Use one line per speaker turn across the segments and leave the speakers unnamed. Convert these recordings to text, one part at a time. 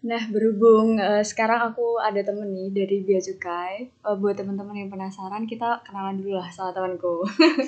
Nah, berhubung sekarang aku ada temen nih dari Bea Cukai. Buat teman-teman yang penasaran, kita kenalan dulu lah sama temanku.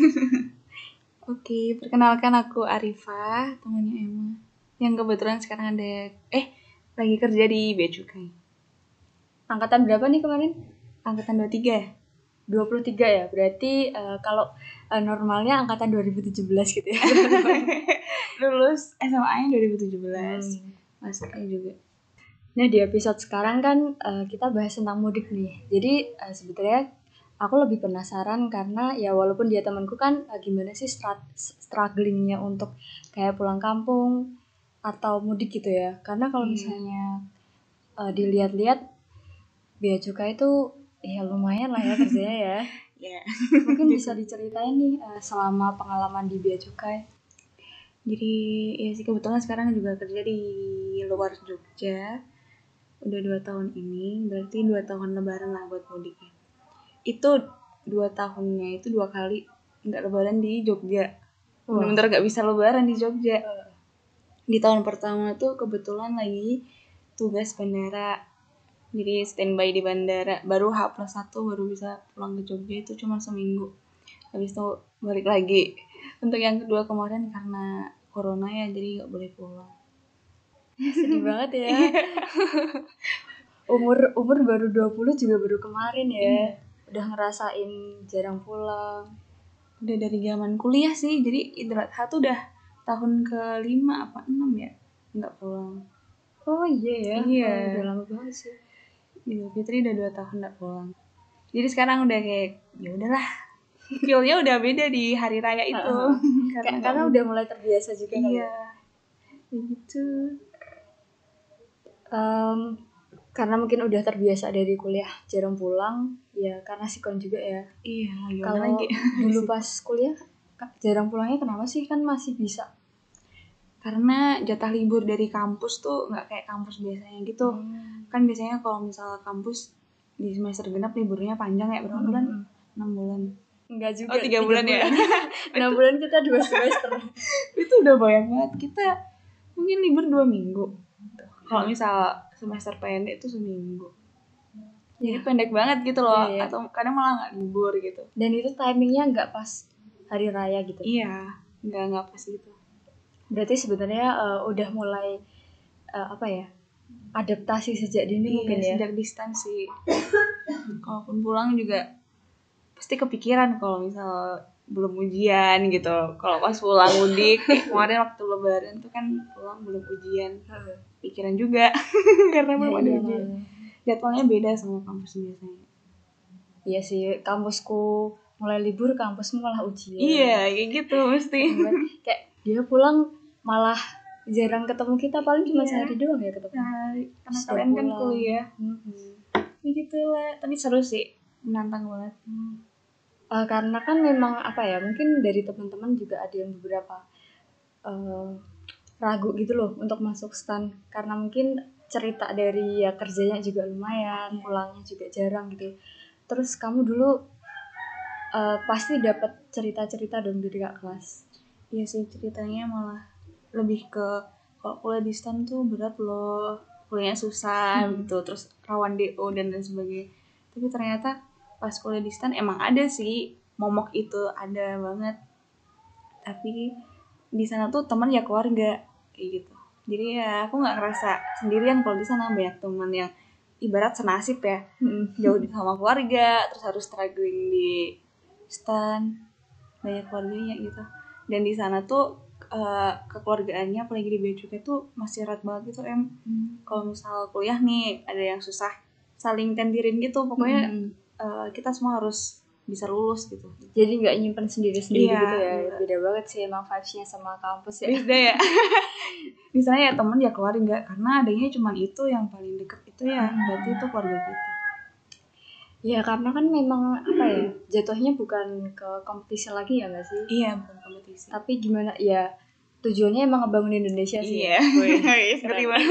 Oke, perkenalkan aku Arifah, temannya Emma. Yang kebetulan sekarang lagi kerja di Bea Cukai.
Angkatan berapa nih kemarin?
Angkatan 23.
23 ya? Berarti kalau normalnya angkatan 2017 gitu ya.
Lulus SMA-nya 2017. Masuknya juga.
Nah, di episode sekarang kan kita bahas tentang mudik nih. Jadi sebetulnya aku lebih penasaran karena ya walaupun dia temanku kan gimana sih strugglingnya untuk kayak pulang kampung atau mudik gitu ya. Karena kalau misalnya dilihat-lihat Bea Cukai itu ya lumayan lah ya kerjanya ya.
Ya.
Mungkin bisa diceritain nih selama pengalaman di Bea Cukai.
Jadi ya sih kebetulan sekarang juga kerja di luar Jogja. Udah 2 tahun ini, berarti 2 tahun lebaran lah buat mudiknya. Itu 2 tahunnya itu 2 kali nggak lebaran di Jogja. Bener-bener nggak bisa lebaran di Jogja. Di tahun pertama tuh kebetulan lagi tugas bandara. Jadi standby di bandara. Baru H+1 baru bisa pulang ke Jogja, itu cuma seminggu. Habis itu balik lagi. Untuk yang kedua kemarin karena corona ya, jadi nggak boleh pulang.
Sedih banget ya. umur baru 20 juga baru kemarin ya.
Iya.
Udah ngerasain jarang pulang.
Udah dari zaman kuliah sih, jadi Idul Adha tuh udah tahun ke-5 apa 6 ya nggak pulang.
Oh iya ya.
Iya.
Oh, udah lama banget sih.
Idul Fitri udah 2 tahun nggak pulang. Jadi sekarang udah kayak ya udahlah. Feel-nya udah beda di hari raya itu.
Karena udah mulai terbiasa juga kan ya.
Iya. Gitu.
Karena mungkin udah terbiasa dari kuliah jarang pulang, ya karena sikon juga ya.
Iya,
Kalau
lagi.
dulu pas kuliah jarang pulangnya kenapa sih? Kan masih bisa.
Karena jatah libur dari kampus tuh nggak kayak kampus biasanya gitu. Kan biasanya kalau misal kampus di semester genap liburnya panjang ya, berapa bulan? 6 bulan.
Enggak juga.
Oh, 3 bulan ya.
6 bulan kita 2 semester.
Itu udah banyak banget. Kita mungkin libur 2 minggu. Kalau misal semester pendek tuh seminggu. Jadi pendek banget gitu loh.
Iya.
Atau kadang malah nggak libur gitu.
Dan itu timingnya nggak pas hari raya gitu.
Iya, nggak pas gitu.
Berarti sebenarnya udah mulai adaptasi sejak dini mungkin ya.
Sejak distansi. Kalaupun pulang juga pasti kepikiran kalau misal belum ujian gitu. Kalau pas pulang mudik, kemarin waktu lebaran tuh kan pulang belum ujian. Pikiran juga karena belum ada ujian. Jadwalnya beda sama kampus biasanya.
Iya sih, kampusku mulai libur, kampusmu malah ujian.
Iya, kayak gitu mesti.
Kayak dia pulang malah jarang ketemu kita, paling cuma sehari doang ya ketemu.
Karena kalian kan kuliah. Ya gitu lah, tapi seru sih, menantang banget.
Karena kan memang mungkin dari teman-teman juga ada yang beberapa ragu gitu loh untuk masuk stan, karena mungkin cerita dari ya kerjanya juga lumayan, pulangnya juga jarang gitu. Terus kamu dulu pasti dapat cerita-cerita dong dari kak kelas.
Iya sih, ceritanya malah lebih ke kalau kuliah di stan tuh berat loh, kuliahnya susah gitu, terus rawan DO dan lain sebagainya. Tapi ternyata pas kuliah di stan emang ada sih momok itu, ada banget. Tapi di sana tuh teman ya keluarga kayak gitu. Jadi ya aku nggak ngerasa sendirian kalau di sana, banyak teman yang ibarat senasib ya, jauh sama keluarga, terus harus struggling di stan, banyak keluarganya gitu. Dan di sana tuh kekeluargaannya apalagi di Bea Cukai tuh masih erat banget gitu Kalau misal kuliah nih ada yang susah, saling tendirin gitu pokoknya. Kita semua harus bisa lulus gitu.
Jadi nggak nyimpen sendiri-sendiri gitu ya. Beda banget sih emang vibes-nya sama kampus ya.
Beda ya. Misalnya ya temen ya keluarga, karena adanya cuma itu yang paling deket itu ya, berarti itu keluarga kita.
Ya karena kan memang jatuhnya bukan ke kompetisi lagi ya nggak sih?
Iya, bukan kompetisi.
Tapi gimana ya, tujuannya emang ngebangun Indonesia sih.
Iya. Ngerti banget.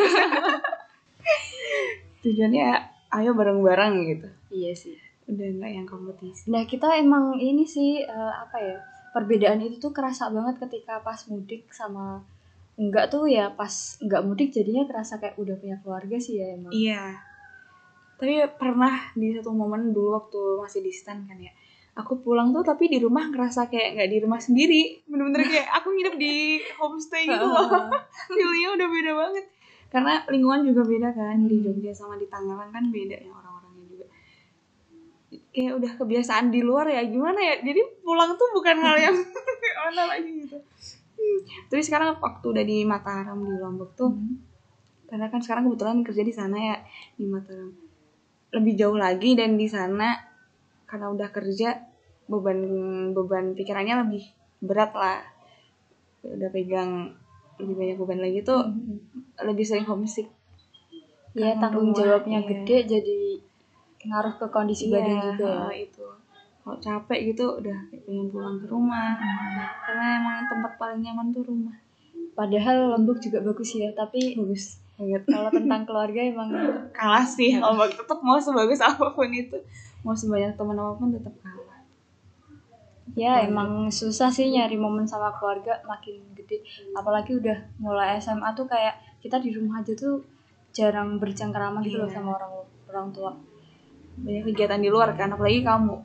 Tujuannya ayo bareng-bareng gitu.
Iya sih.
Udah nggak yang kompetisi.
Nah kita emang ini sih perbedaan itu tuh kerasa banget ketika pas mudik sama enggak tuh ya pas enggak mudik jadinya kerasa kayak udah punya keluarga sih ya emang.
Iya. Tapi pernah di satu momen dulu waktu masih di stan kan ya, aku pulang tuh tapi di rumah ngerasa kayak nggak di rumah sendiri, bener-bener kayak aku nginep di homestay gitu loh. Feelnya udah beda banget karena lingkungan juga beda kan, di Jogja sama di Tangerang kan beda ya orang-orangnya juga, kayak udah kebiasaan di luar ya gimana ya, jadi pulang tuh bukan hal yang mana lagi gitu. Tapi sekarang waktu udah di Mataram di Lombok tuh, karena kan sekarang kebetulan kerja di sana ya di Mataram, lebih jauh lagi, dan di sana karena udah kerja beban pikirannya lebih berat lah, udah pegang lebih banyak beban lagi tuh, lebih sering homesick.
Ya tanggung jawabnya gede jadi ngaruh ke kondisi badan juga ya.
Itu kalau capek gitu udah pengen pulang ke rumah, karena emang tempat paling nyaman tuh rumah.
Padahal Lombok juga bagus ya, tapi
Bagus banget.
kalau tentang keluarga emang
Kalah sih Lombok, tetap mau sebagus apapun itu, mau sebanyak teman apapun tetap kalah.
ya emang susah sih nyari momen sama keluarga makin gede, apalagi udah mulai SMA tuh kayak kita di rumah aja tuh jarang bercengkrama gitu loh sama orang tua.
Banyak kegiatan di luar kan, apalagi kamu.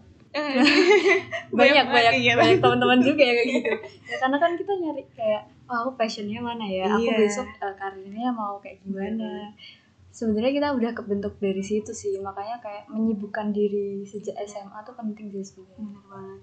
banyak teman-teman juga ya kayak gitu ya, karena kan kita nyari kayak aku passionnya mana ya, aku besok karirnya mau kayak gimana. Sebenarnya kita udah kebentuk dari situ sih, makanya kayak menyibukkan diri sejak SMA tuh penting sih sebenarnya.
Bener banget.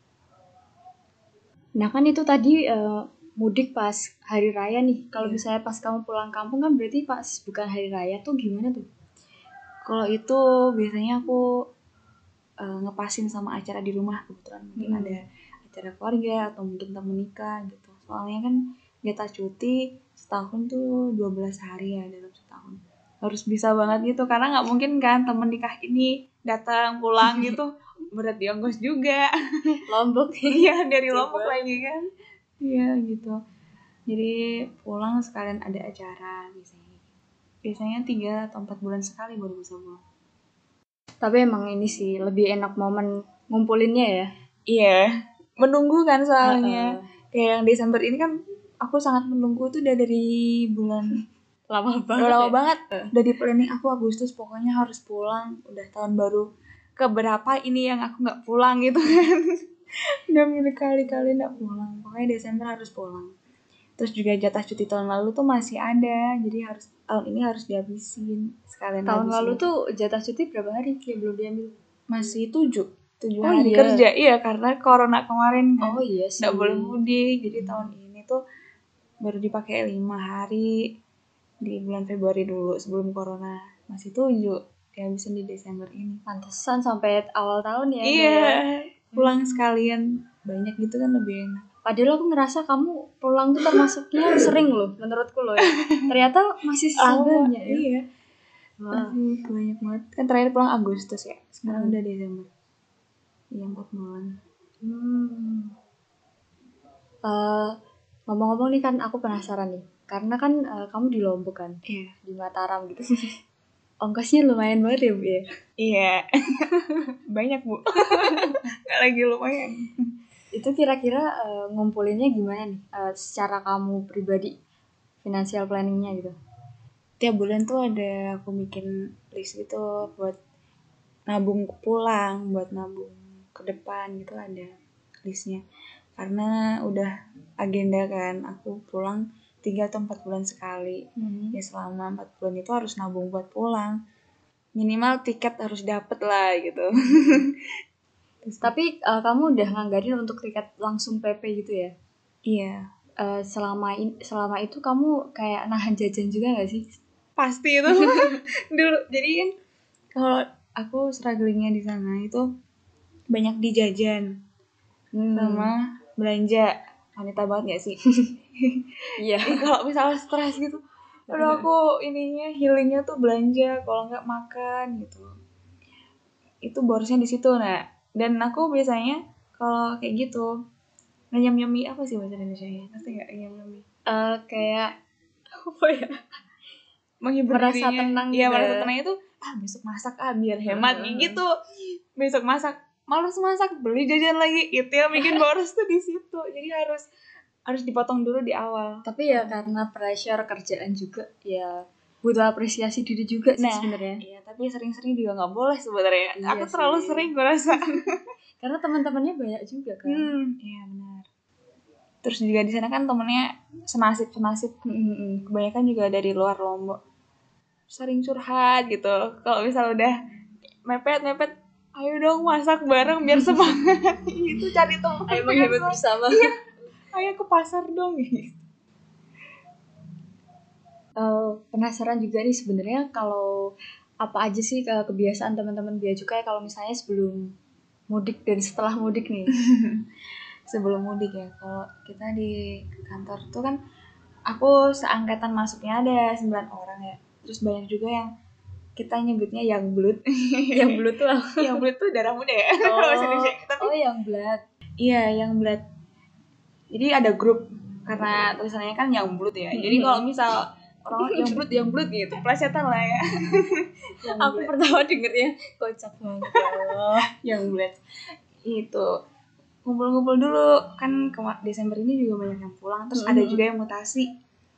Nah kan itu tadi mudik pas hari raya nih. Kalau misalnya pas kamu pulang kampung kan berarti pas bukan hari raya tuh gimana tuh?
Kalau itu biasanya aku ngepasin sama acara di rumah, kebetulan mungkin ada acara keluarga atau mungkin temen nikah gitu. Soalnya kan jatah cuti setahun tuh 12 hari ya dalam setahun. Harus bisa banget gitu, karena nggak mungkin kan temen nikah ini datang pulang gitu, berat di ongkos juga.
Lombok.
Iya, dari Lombok lagi kan. Iya gitu. Jadi pulang sekalian ada acara biasanya. Biasanya 3 atau 4 bulan sekali baru bisa pulang.
Tapi emang ini sih lebih enak momen ngumpulinnya ya.
Iya, menunggu kan soalnya. Kayak yang Desember ini kan aku sangat menunggu tuh udah dari bulan
lama
banget. Udah di planning aku Agustus pokoknya harus pulang. Udah tahun baru keberapa ini yang aku nggak pulang gitu kan. Udah berkali-kali nggak pulang. Pokoknya Desember harus pulang. Terus juga jatah cuti tahun lalu tuh masih ada, jadi harus tahun ini harus dihabisin sekalian.
Tahun lalu tuh jatah cuti berapa hari yang belum diambil?
Masih 7 hari kerja. Iya, karena corona kemarin kan.
Oh iya sih.
Nggak boleh mudik, jadi tahun ini tuh baru dipakai 5 hari di bulan Februari dulu sebelum corona. Masih 7 dihabisin di Desember ini.
Pantesan sampai awal tahun ya.
Iya, pulang sekalian banyak gitu kan lebih enak.
Padahal aku ngerasa kamu pulang tuh termasuknya sering loh menurutku loh ya. Ternyata masih banyak ya.
Iya. Masih banyak banget. Kan terakhir pulang Agustus ya. Sekarang udah Desember. Iya, 4 bulan.
Ngomong-ngomong nih kan aku penasaran nih. Karena kan kamu di Lombok kan.
Iya.
Di Mataram gitu. Ongkosnya lumayan banget ya Bu ya.
Iya. Banyak Bu. Nggak lagi lumayan.
Itu kira-kira ngumpulinnya gimana nih? Secara kamu pribadi, financial planningnya gitu.
Tiap bulan tuh ada aku bikin list gitu buat nabung pulang, buat nabung ke depan gitu, ada listnya. Karena udah agenda kan, aku pulang 3 atau 4 bulan sekali. Ya selama 4 bulan itu harus nabung buat pulang. Minimal tiket harus dapet lah gitu.
Tapi kamu udah nganggarin untuk tiket langsung PP gitu ya?
Iya.
Selama itu kamu kayak nahan jajan juga nggak sih?
Pasti itu. Dulu jadi kan kalau aku strugglingnya di sana itu banyak di jajan sama belanja. Wanita banget gak sih? Iya. Kalau misalnya stres gitu, aduh aku ininya healingnya tuh belanja, kalau nggak makan gitu. Itu borosnya di situ. Nah, dan aku biasanya kalau kayak gitu nyam-nyami apa sih bahasa Indonesianya? Ngerti nggak nyam-nyami?
Kayak apa ya?
Menghibur
merasa
dirinya.
tenang
gitu. Iya, merasa
ya.
tenang itu besok masak biar hemat gitu. Besok masak malas masak, beli jajan lagi. Itu yang bikin boros tuh di situ. Jadi harus harus dipotong dulu di awal.
Tapi ya karena pressure kerjaan juga ya butuh apresiasi diri juga sih sebenarnya.
Iya, tapi sering-sering juga nggak boleh sebenarnya.
Iya
Aku terlalu
sih.
sering gue rasa.
Karena teman-temannya banyak juga kan.
Iya benar. Terus juga di sana kan temennya senasib. Kebanyakan juga dari luar Lombok. Sering curhat gitu. Kalau misal udah mepet, ayo dong masak bareng biar semangat. Itu cari teman.
Ayo menghemat bersama.
Iya. Ayo ke pasar dong.
Penasaran juga nih sebenarnya kalau apa aja sih kebiasaan teman-teman Bea Cukai kalau misalnya sebelum mudik dan setelah mudik nih.
Sebelum mudik ya, kalau kita di kantor tuh kan aku seangkatan masuknya ada 9 orang ya. Terus banyak juga yang kita nyebutnya yang blood.
Yang blood tuh apa?
Yang blood tuh darah muda ya.
Oh, yang blood.
Iya, yang blood. Jadi ada grup karena tulisannya kan yang blood ya. Jadi kalau misal orang yang blood gitu, plesetan lah ya.
Aku pertama dengernya kocak banget ya Allah.
Yang blood. Itu ngumpul-ngumpul dulu kan Desember ini juga banyak yang pulang. Terus ada juga yang mutasi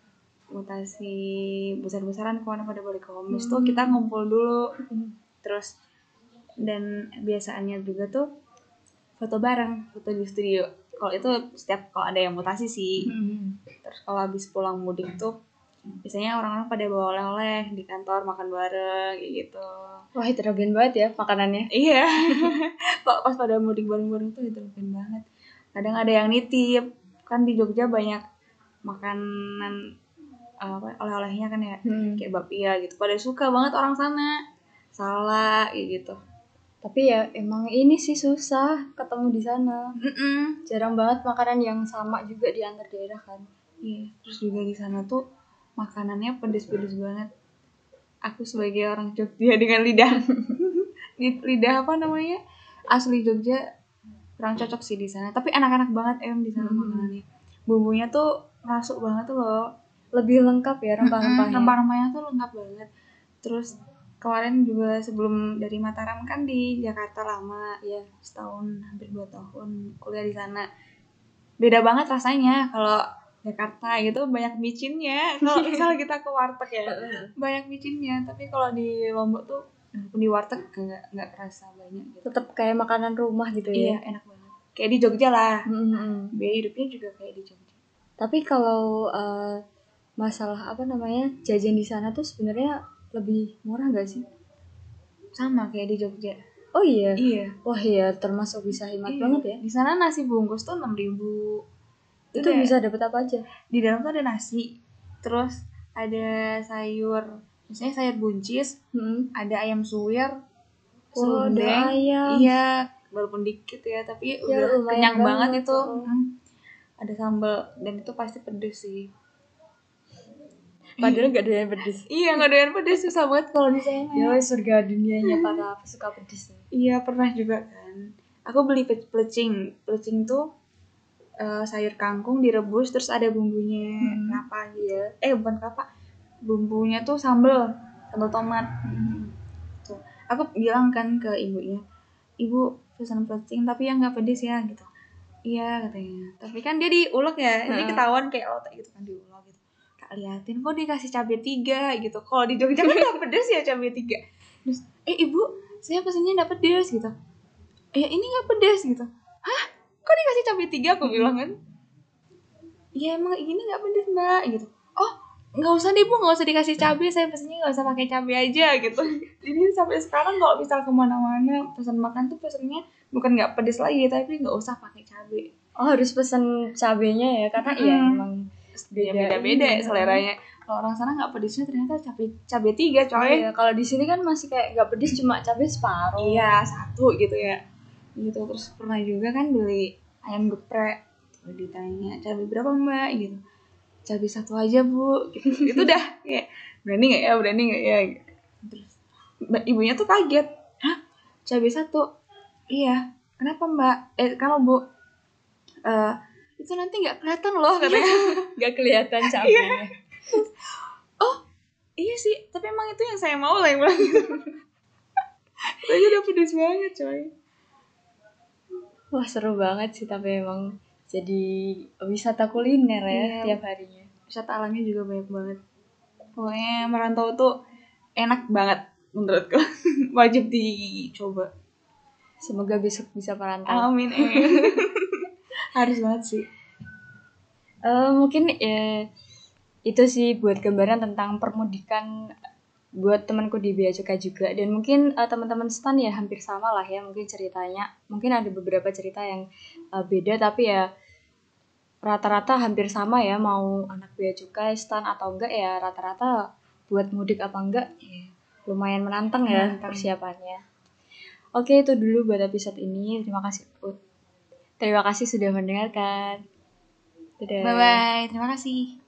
besar-besaran kemana pada balik ke home base tuh kita ngumpul dulu. Terus dan biasaannya juga tuh foto bareng, foto di studio. Kalau itu kalau ada yang mutasi sih. Terus kalau habis pulang mudik tuh biasanya orang-orang pada bawa oleh-oleh di kantor, makan bareng gitu.
Wah, heterogen banget ya makanannya.
Iya. Kok pas pada mudik bareng-bareng tuh heterogen banget. Kadang ada yang nitip. Kan di Jogja banyak makanan oleh-olehnya kan ya. Kayak bapia gitu. Pada suka banget orang sana. Salah gitu.
Tapi ya emang ini sih susah ketemu di sana. Jarang banget makanan yang sama juga di antar daerah kan.
Iya. Terus juga di sana tuh makanannya pedes-pedes banget. Aku sebagai orang Jogja dengan lidah apa namanya asli Jogja kurang cocok sih di sana. Tapi enak-enak banget di sana makanannya. Bumbunya tuh masuk banget tuh loh.
Lebih lengkap ya rempah-rempahnya.
Rempah-rempahnya tuh lengkap banget. Terus kemarin juga sebelum dari Mataram kan di Jakarta lama ya, setahun hampir 2 tahun kuliah di sana. Beda banget rasanya kalau Jakarta gitu banyak micinnya. Kalau misalnya kita ke warteg ya banyak micinnya, tapi kalau di Lombok tuh di warteg nggak kerasa banyak gitu.
Tetap kayak makanan rumah gitu ya.
Iya, enak banget. Kayak di Jogja lah. Biaya hidupnya juga kayak di Jogja.
Tapi kalau masalah apa namanya jajan di sana tuh sebenarnya lebih murah nggak sih?
Sama kayak di Jogja.
Oh iya.
Iya.
Wah ya termasuk bisa hemat banget ya.
Di sana nasi bungkus tuh 6.000.
Itu bisa dapat apa aja?
Di dalam tuh ada nasi, terus ada sayur, misalnya sayur buncis, ada ayam suwir,
ada ayam.
Iya, walaupun dikit ya, tapi
ya,
udah kenyang banget itu. Ada sambal dan itu pasti pedes sih.
Padahal gak doyan pedes.
Iya, gak doyan pedes, susah banget kalau di sana.
Ya surga dunianya para pesuka pedes.
Iya, pernah juga kan. Aku beli pelecing. Pelecing tuh sayur kangkung direbus terus ada bumbunya kelapa gitu. Bukan kelapa. Bumbunya tuh sambal tomat. Tuh. Aku bilang kan ke ibunya, "Ibu, pesan pelecing tapi yang enggak pedes ya," gitu. Iya katanya. Tapi kan dia diulek ya. Ini ketahuan kayak lotek gitu kan diulek gitu. Kak liatin kok dikasih cabai 3 gitu. Kalau di Jogja kan enggak pedes ya cabai 3. Terus, "Ibu, saya pesennya enggak pedes," gitu. "Ini enggak pedes," gitu. "Hah? Kok dikasih cabai 3?" aku bilang kan. "Iya emang ini gak pedes mbak," gitu. "Oh gak usah deh Bu, gak usah dikasih cabai, saya pesennya gak usah pakai cabai aja," gitu. Jadi sampai sekarang kalau misal kemana-mana pesan makan tuh pesennya bukan gak pedes lagi, tapi gak usah pakai cabai.
Oh harus pesen cabainya ya, karena ya emang
beda-beda ya seleranya. Kalau orang sana gak pedesnya ternyata cabai 3 coy.
Iya, kalau di sini kan masih kayak gak pedes cuma cabai separuh.
Iya, 1 gitu ya. Gitu. Terus pernah juga kan beli ayam geprek, ditanya cabai berapa mbak gitu, cabai 1 aja Bu gitu. Itu dah kayak berani nggak ya gitu. Terus ibunya tuh kaget, "Hah, cabai 1?" "Iya, kenapa mbak?" "Kenapa Bu?" Itu nanti nggak kelihatan loh," katanya.
Nggak kelihatan cabainya.
"Oh iya sih, tapi emang itu yang saya mau lah," yang bilang gitu. Itu udah pedes banget coy.
Wah seru banget sih, tapi emang jadi wisata kuliner ya tiap harinya.
Wisata alamnya juga banyak banget. Pokoknya merantau tuh enak banget menurutku. Wajib dicoba.
Semoga besok bisa merantau.
Amin. Harus banget sih.
Mungkin itu sih buat gambaran tentang permudikan buat temanku di Bea Cukai juga. Dan mungkin teman-teman stan ya hampir sama lah ya mungkin ceritanya. Mungkin ada beberapa cerita yang beda tapi ya rata-rata hampir sama ya, mau anak Bea Cukai, stan atau enggak ya rata-rata buat mudik apa enggak ya, lumayan menantang ya persiapannya. Oke, itu dulu buat episode ini. Terima kasih Terima kasih sudah mendengarkan. Dadah.
Bye-bye. Terima kasih.